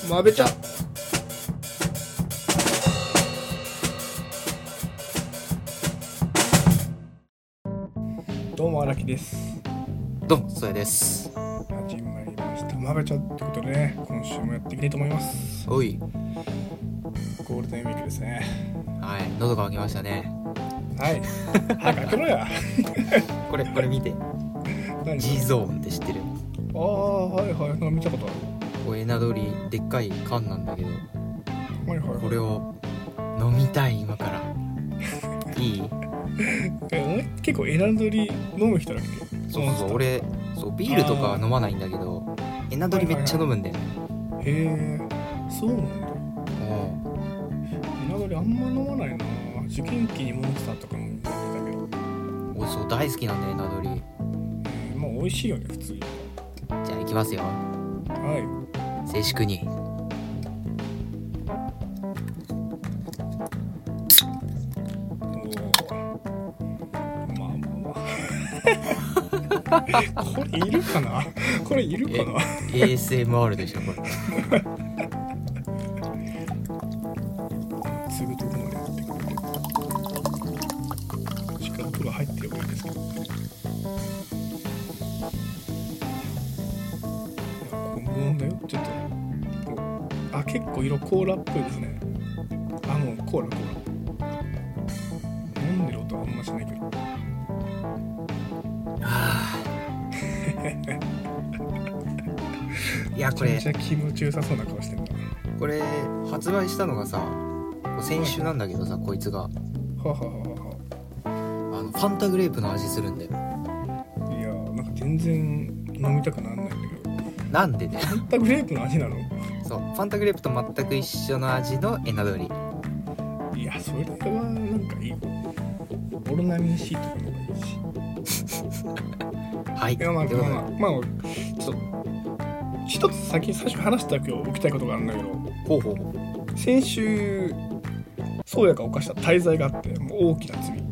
まべちゃ。どうも荒木です。 どうもそれです。 始まりましたまべちゃってことでね、今週もやっていきたいと思います。 おい、 ゴールデンウィークですね。 はい、喉が開けましたね。 はい。早く開けろや。 これ見て。G ゾーンって知ってる？ ああ、はいはい、なんか見たことある。 これエナドリでっかい缶なんだけど、 はいはい、はい、 これを飲みたい今から。いい？ お前結構エナドリ飲む人だっけ？ そう俺ビールとかは飲まないんだけど、エナドリめっちゃ飲むんだよね。 へえ、そうなんだ。エナドリあんま飲まないな。受験期にモンスターとか飲んでたけど。 俺そう大好きなんだよエナドリ。 まあ美味しいよね普通に。 じゃあ行きますよ。 はい。 静粛に。これいるかな？これいるかな？ ASMR でしょこれ。 すぐとこまでやってくれて、しかも音が入ってればいいんですけど、いやこう無音だよ。ちょっと結構色コーラっぽいですね。もうコーラ飲んでる音はあんましないけど。 いやこれめちゃくちゃ気持ちよさそうな顔してるな。 これ発売したのがさ先週なんだけどさ、こいつがファンタグレープの味するんだよ。 いやなんか全然飲みたくなんないんだけど。 なんでね。 ファンタグレープの味なの？ そうファンタグレープと全く一緒の味のエナドリ。 いやそれはなんかいい。オロナミン C とかの方がいいし。 はい。 いやまあちょっと一つ最初話しておきたいことがあるんだけど。 ほう。 先週宗谷が犯した大罪があって、もう大きな罪。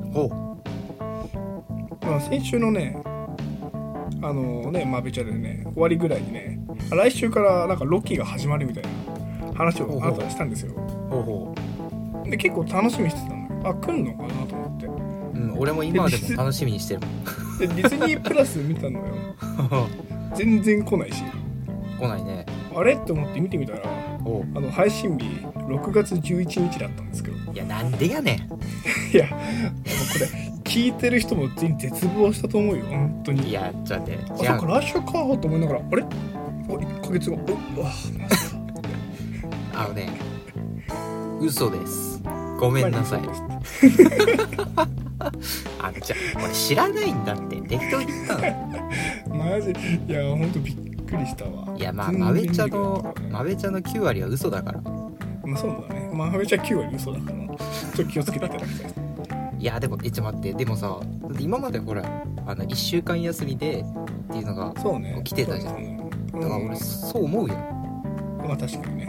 先週のねまべちゃでね終わりぐらいにね、来週からなんかロキが始まるみたいな話をあなたはしたんですよ。で結構楽しみにしてたの。来んのかなと思って。 俺も今でも楽しみにしてるもん。 でディズニープラス見たのよ。全然来ないし。 来ないね。 あれって思って見てみたら、配信日6月11日だったんですけど。 いやなんでやねん。 いやこれ聞いてる人も全員絶望したと思うよ本当に。 いやちょっと待って。 そっか来週かと思いながら、あれ1ヶ月後嘘です。ごめんなさい。じゃあ俺知らないんだって適当に言ったの。 マジいやほんとびっくりしたわ。 いやまべちゃの9割は嘘だから。 そうだね。まべちゃ9割嘘だからちょっと気をつけていただきたい。 いやでもちょっと待って、でもさ今までほら1週間休みでっていうのが来てたじゃん。だから俺そう思うよ。 まあ確かにね。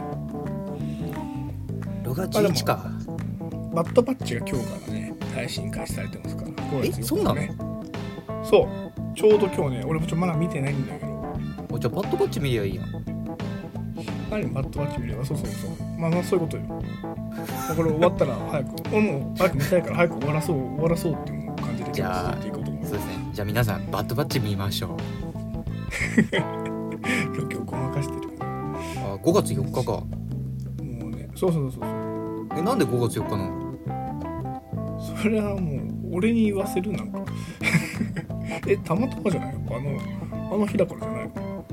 6月11か。 バッドパッチが今日からね配信開始されてますから。 そうなの？ そうちょうど今日ね、俺もまだ見てないんだけど。 じゃあバッドパッチ見りゃいいやん。 何バッドパッチ見れば。そうまあそういうことよ。これ終わったら早くもう早く見たいから早く終わらそうっていう感じでじゃあそうですね。じゃあ皆さんバッドパッチ見ましょう。 今日ごまかしてる。 5月4日か。もうね、そうなんで5月4日なの？ それはもう俺に言わせるなんかたまたまじゃないの？あの日だからじゃないの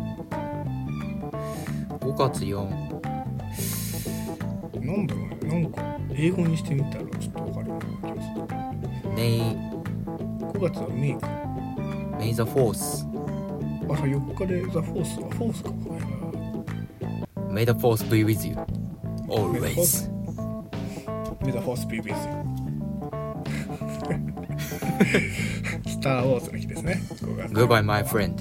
？5月4 なんだろうね。なんか英語にしてみたらちょっと分かるような気がする。5月はメイか。 メイザフォース。 4日でザフォースはフォースか。 May the force be with you always. May the force be with you. スターウォーズの日ですね。 Goodbye my friend.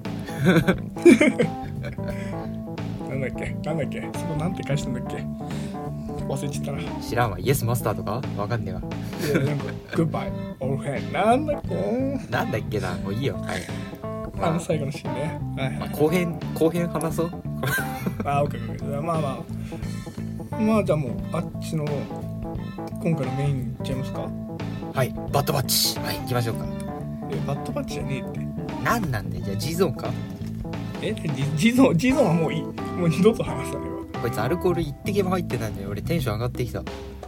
なんだっけそこなんて返したんだっけ忘れちゃったな。 知らんわ。イエスマスターとかわかんねえわ。 いやなんか Goodbye old friend なんだっけな。 もういいよ。はい。 最後のシーンね。 後編話そう。 あ、オッケーオッケー。まあじゃあもうあっちの今回のメインいっちゃいますか。 はい、バッドバッチ。はい、行きましょうか。 バッドバッチじゃねえって。 なんなんで、じゃあGゾーンか。 Gゾーンはもういい。もう二度と話さないわ。 こいつアルコール一滴も入ってないんで俺テンション上がってきた。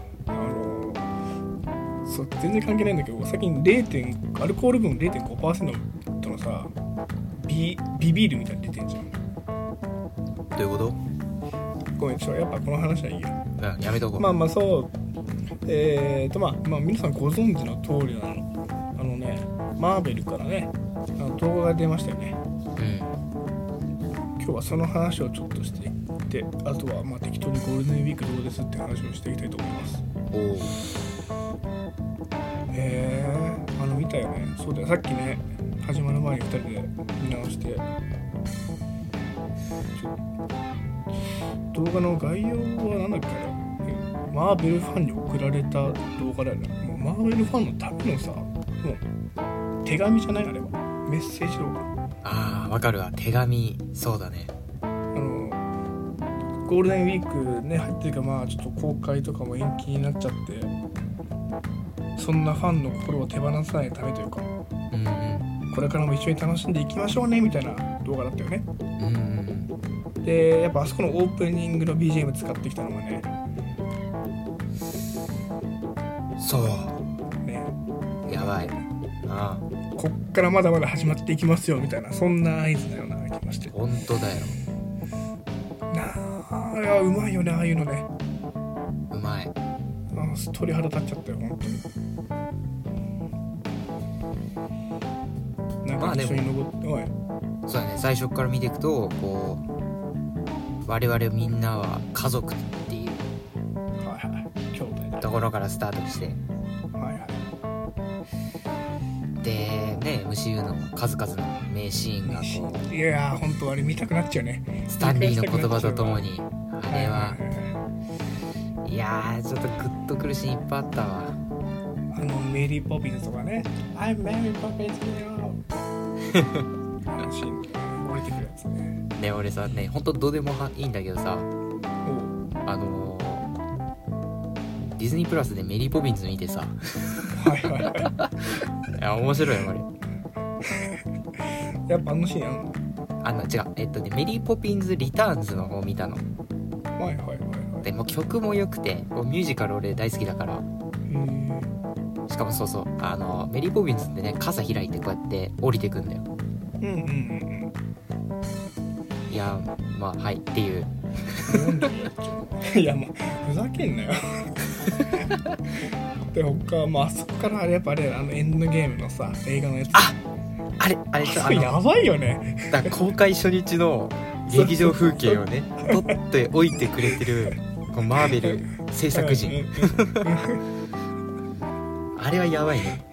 そう全然関係ないんだけど、最近アルコール分 0.5% のさビビールみたいに出てんじゃん。 どういうこと？ ごめん、やっぱこの話はいいや。 やめとこう。 まあそうまあ皆さんご存知の通りなの。マーベルからね動画が出ましたよね。今日はその話をちょっとしていって、あとはまあ適当にゴールデンウィークどうですって話をしていきたいと思います。見たよね。そうだよ、さっきね始まる前に2人で見直して動画の概要はなんだっけ、マーベルファンに送られた動画だよね。もうマーベルファンのためのさ、もう手紙じゃない、あれはメッセージ動画。 あー、わかるわ、手紙。そうだね。 ゴールデンウィークね入ってるから、まあちょっと公開とかも延期になっちゃって、そんなファンの心を手放さないためというか、これからも一緒に楽しんでいきましょうねみたいな動画だったよね。でやっぱあそこのオープニングの BGM 使ってきたのがね、 そうね、やばい。 こっからまだまだ始まっていきますよみたいな、そんな合図のような気がして。 本当だよ。 いや、うまいよね、ああいうのね。 うまい。 鳥肌立っちゃったよ、本当に。なんか一緒に登って、 そうだね、最初から見ていくとこう我々みんなは家族っていう兄弟ところからスタートして、でね、MCU の数々の名シーンがこう、いやー本当あれ見たくなっちゃうね。 スタンリーの言葉とともに、あれはいやーちょっとグッとくるシーンいっぱいあったわ。 メリーポピンズとかね、I'm Mary Poppinsよシーン降りてくるやつね。 ね、俺さね、ほんとどうでもいいんだけどさ、ディズニープラスでメリーポピンズ見てさいや面白いよこれ。 やっぱシーン違う、メリーポピンズリターンズの方見たの。でも曲も良くて、ミュージカル俺大好きだから。しかもそうそう、メリーポピンズってね、傘開いてこうやって降りてくんだよ。いやまあはいっていういやもうふざけんなよで他まあそこからやっぱエンドゲームのさ映画のやつ、 あれやばいよね。 だから公開初日の劇場風景をね撮っておいてくれてるこのマーベル制作陣あれはやばいね。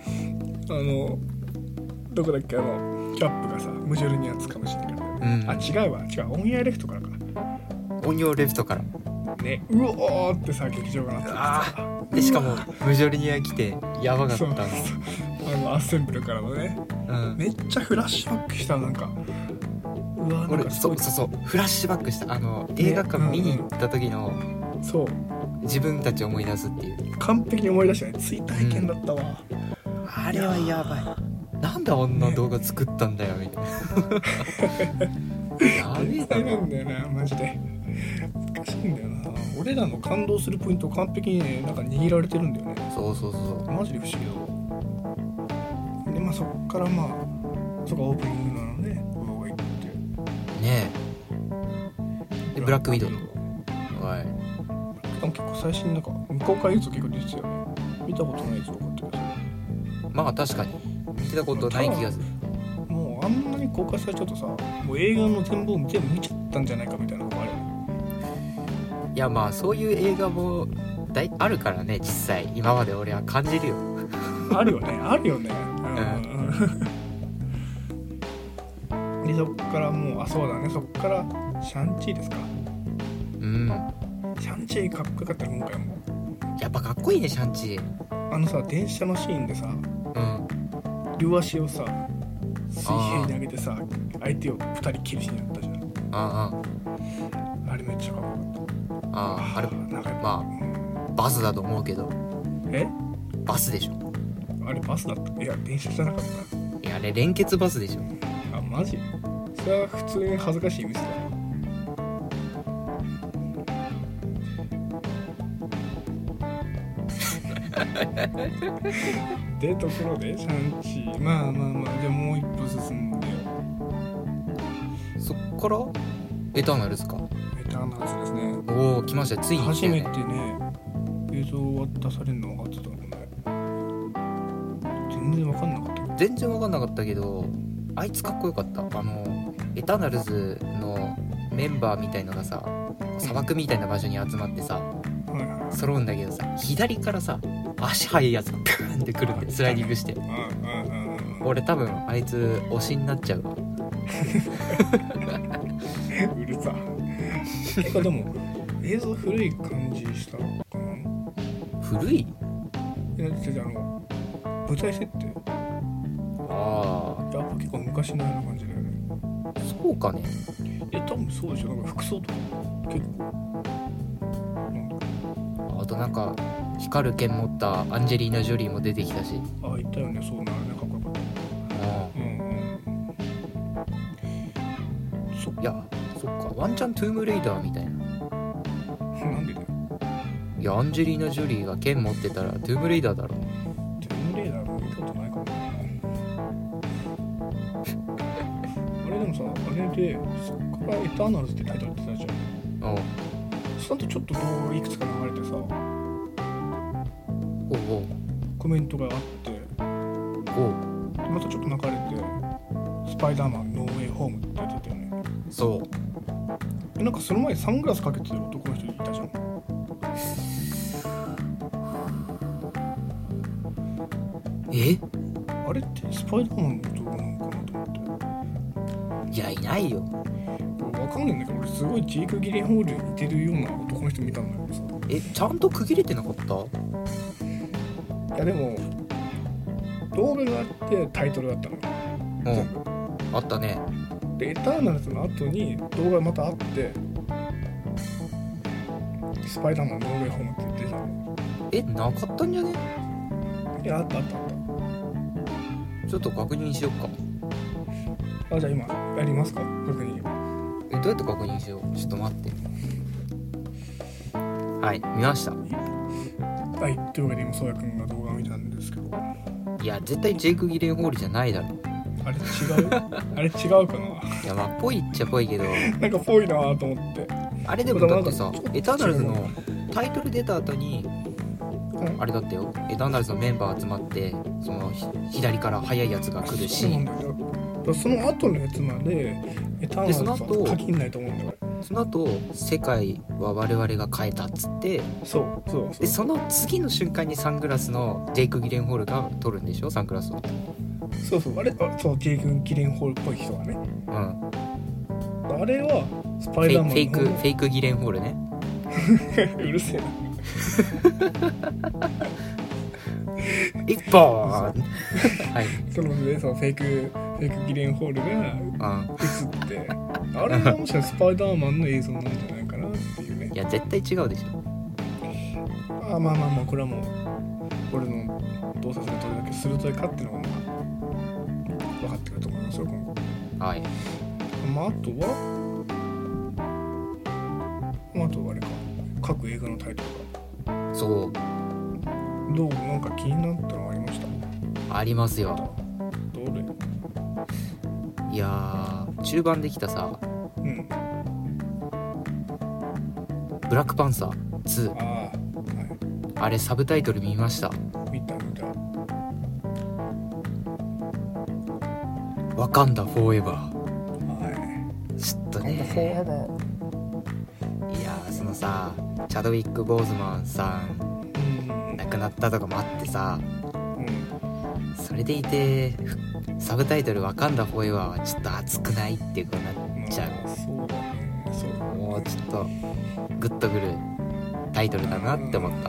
どこだっけ、キャップがさムジョルニアつかもしれないから、違うわ、オンエアレフトからか。 オンエアレフトからね、うおーってさ劇場がなってさ、 でしかもムジョルニア来てやばかったの。 アッセンブルからのね、めっちゃフラッシュバックした。なんかうわ、なんかそうフラッシュバックした。映画館見に行った時の、 そう自分たちを思い出すっていう、 完璧に思い出したね。追体験だったわ、 あれはやばい。なんであんな動画作ったんだよみたいなやべえだろなんだよなマジで。難しいんだよな。俺らの感動するポイントを完璧にねなんか握られてるんだよね。 そうマジで不思議だ。でまあそっからまあそこがオープニングなのね、動画行ってねえ。でブラックウィドウはい結構最新なんか未公開映像結構出てたよね。見たことない映像があって。 まあ確かに見てたことない気がする。 もうあんなに公開されちゃうとさ、もう映画の全部見ちゃったんじゃないかみたいなのがある。 いやまあそういう映画もあるからね、実際今まで俺は感じるよあるよねでそっからもうそうだね、そっからシャンチーですか。シャンチーかっこよかったね今回も。 やっぱかっこいいねシャンチー。 さ電車のシーンでさ、両足をさ水平に上げてさ相手を2人切るシーンやったじゃん。 れめっちゃかっこよかった。 あれまあバスだと思うけど。バスでしょ。 あれバスだった？いや電車じゃなかった。 いやあれ連結バスでしょ。 あマジ？それは普通に恥ずかしいミスだ。でところでシャンチーまあじゃあもう一歩進んでよ。 そっからエターナルズか。 エターナルズですね。 おお来ました。ついに来て、 初めてね映像渡されるの分かってたもんね。全然分かんなかった。 全然分かんなかったけどあいつかっこよかった。エターナルズのメンバーみたいのがさ砂漠みたいな場所に集まってさ、揃うんだけどさ左からさ足速いやつがプーンってくるんでスライディングして、俺多分あいつ推しになっちゃうわ。 うるさ。結構でも映像古い感じしたかな。 古い？ 舞台設定やっぱ結構昔のような感じだよね。 そうかね。 多分そうでしょ。なんか服装とか結構あとなんか光る剣持ったアンジェリーナ・ジョリーも出てきたし。 いたよね。そうなるね。かっこよかった。 いやそっかワンチャントゥームレイダーみたいな。 なんでだよ。 いやアンジェリーナ・ジョリーが剣持ってたらトゥームレイダーだろ。 トゥームレイダーも見たことないかもな。あれでもさ、あれでそっからエターナルズってタイトルってたじゃん。その後ちょっと動画いくつか流れてさ、コメントがあって、またちょっと流れてスパイダーマンノーウェイホームって出てたよね。 そうなんかその前サングラスかけてる男の人いたじゃん。あれってスパイダーマンの男なのかなと思って。いやいないよ。 わかんないんだけど俺すごいジェイク・ギレンホールに似てるような男の人見たんだけどさ。 ちゃんと区切れてなかった？ いやでも動画があってタイトルだったのよ。 あったね。 でエターナルズの後に動画がまたあってスパイダーマンノーウェイホームって言ってるじゃん。 なかったんじゃね？ いやあった。 ちょっと確認しよっか。 じゃあ今やりますか確認。 どうやって確認しよう。ちょっと待って。はい見ました。 はいというわけで今そうやくんが動画を見たんですけど。 いや絶対ジェイク・ギレンホールじゃないだろ。 あれ違う？あれ違うかな。 いやまあぽいっちゃぽいけどなんかぽいなと思って。 あれでもだってさエターナルズのタイトル出た後にあれだったよ。エターナルズのメンバー集まってその左から速いやつが来るし、 そうなんだよ。その後のやつまでエターナルズは限んないと思うんだよ。 その後世界は我々が変えたっつってそうでその次の瞬間にサングラスのジェイク・ギレンホールが撮るんでしょサングラスを。 そうあれそうジェイク・ギレンホールっぽい人がね。あれはスパイダーマンのフェイクギレンホールね。 うるせえな。 一本はい。 そのねそのフェイクギレンホールが映ってあれがもしかしたらスパイダーマンの映像なんじゃないかなっていうね。 いや絶対違うでしょ。 まあこれはもう俺の洞察がどれだけ鋭いかっていうのが分かってくると思いますよ今後。 はい。 あとはあれか各映画のタイトルがそうなんか気になったのありました？ ありますよ。 どれ？ いや中盤できたさ、ブラックパンサー2。あれサブタイトル見ました？ 見た。 ワカンダフォーエバー。ちょっとね。いやそのさチャドウィック・ボーズマンさん、亡くなったとかもあってさ、それでいてサブタイトルワカンダフォーエバーはちょっと熱くないっていうことになっちゃう。 そうだね。 もうちょっとグッとくるタイトルだなって思った。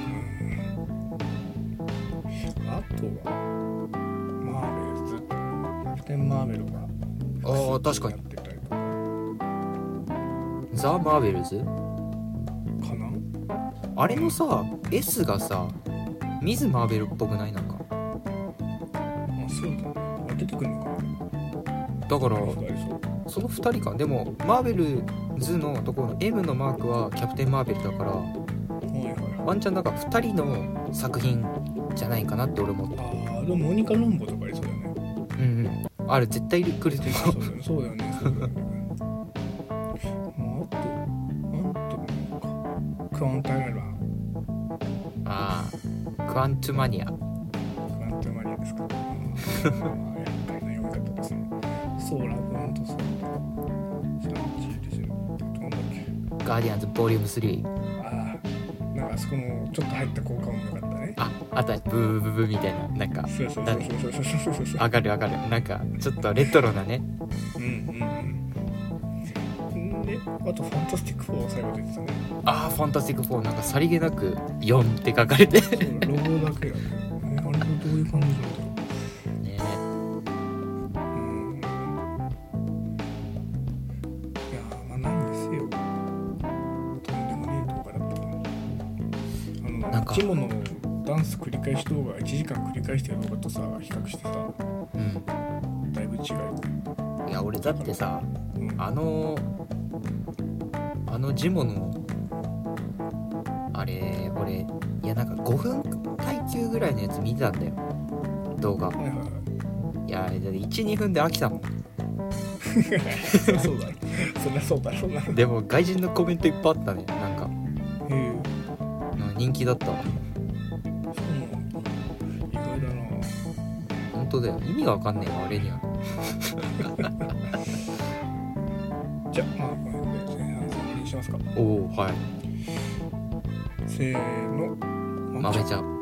あとはマーベルズ、キャプテンマーベルが確かにザ・マーベルズかな。 あれのさ S がさミズ・マーベルっぽくない？なんかあ、そうだね。あ、出てくるのかな。 だからその2人か。でもマーベルズのところの M のマークはキャプテンマーベルだから、ワンチャンなんか2人の作品じゃないかなって俺思った。 ああ、でもモニカ・ランボとかありそうだよね。 うんうん、あれ絶対来ると思う。そうだよね、そうだよね。あとなんとクワンタイラー。 ああ、クワントゥマニア。クワントゥマニアですか。やっぱりな読み方ですね。ソーラーブンとソーラー。なんだっけ。 ガーディアンズボリューム3。 ああ、なんかあそこのちょっと入った効果音も良かったね。 あとはブーブーブーみたいな、なんかそうわかるわかる、なんかちょっとレトロなね。 で、あとファンタスティック4最後出てたね。 ああ、ファンタスティック4なんかさりげなく4って書かれてロゴだけだね。あれどういう感じなんだろうね。いやまあ何にせよとんでもねえ動画だったな。なんかジモのダンス繰り返し動画1時間繰り返してる動画とさ比較してさ、だいぶ違う。 いや俺だってさ、あのジモのあれ俺いやなんか5分耐久ぐらいのやつ見てたんだよ、動画。いやだって 1,2 分で飽きたもんそうだね、そりゃそうだろうな。 でも外人のコメントいっぱいあったね。なんか人気だったわ。 意外だな。 本当だよ、意味が分かんねえわ俺にはじゃあまあこの辺で前半戦にしますか。 おお、はい。 せーの、 豆ちゃん。